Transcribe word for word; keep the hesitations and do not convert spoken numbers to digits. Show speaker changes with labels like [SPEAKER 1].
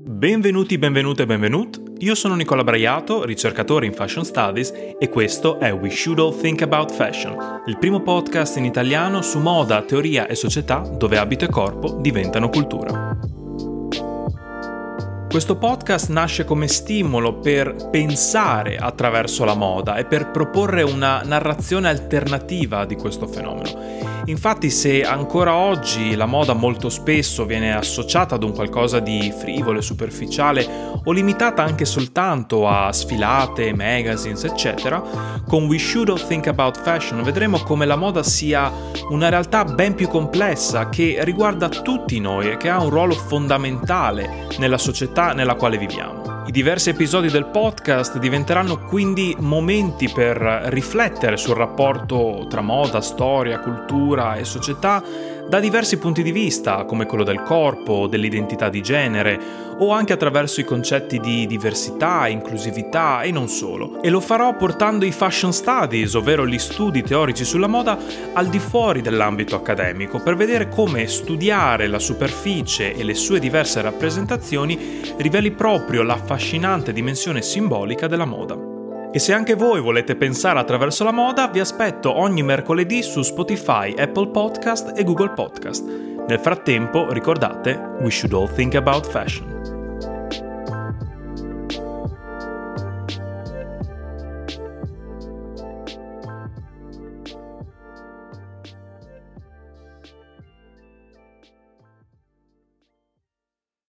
[SPEAKER 1] Benvenuti, benvenute e benvenut. Io sono Nicola Braiato, ricercatore in Fashion Studies e questo è We Should All Think About Fashion, il primo podcast in italiano su moda, teoria e società dove abito e corpo diventano cultura. Questo podcast nasce come stimolo per pensare attraverso la moda e per proporre una narrazione alternativa di questo fenomeno. Infatti, se ancora oggi la moda molto spesso viene associata ad un qualcosa di frivolo e superficiale o limitata anche soltanto a sfilate, magazines, eccetera, con We Should All Think About Fashion vedremo come la moda sia una realtà ben più complessa che riguarda tutti noi e che ha un ruolo fondamentale nella società nella quale viviamo. I diversi episodi del podcast diventeranno quindi momenti per riflettere sul rapporto tra moda, storia, cultura e società da diversi punti di vista, come quello del corpo, dell'identità di genere, o anche attraverso i concetti di diversità, inclusività e non solo. E lo farò portando i fashion studies, ovvero gli studi teorici sulla moda, al di fuori dell'ambito accademico, per vedere come studiare la superficie e le sue diverse rappresentazioni riveli proprio l'affascinante dimensione simbolica della moda. E se anche voi volete pensare attraverso la moda, vi aspetto ogni mercoledì su Spotify, Apple Podcast e Google Podcast. Nel frattempo, ricordate, we should all think about fashion.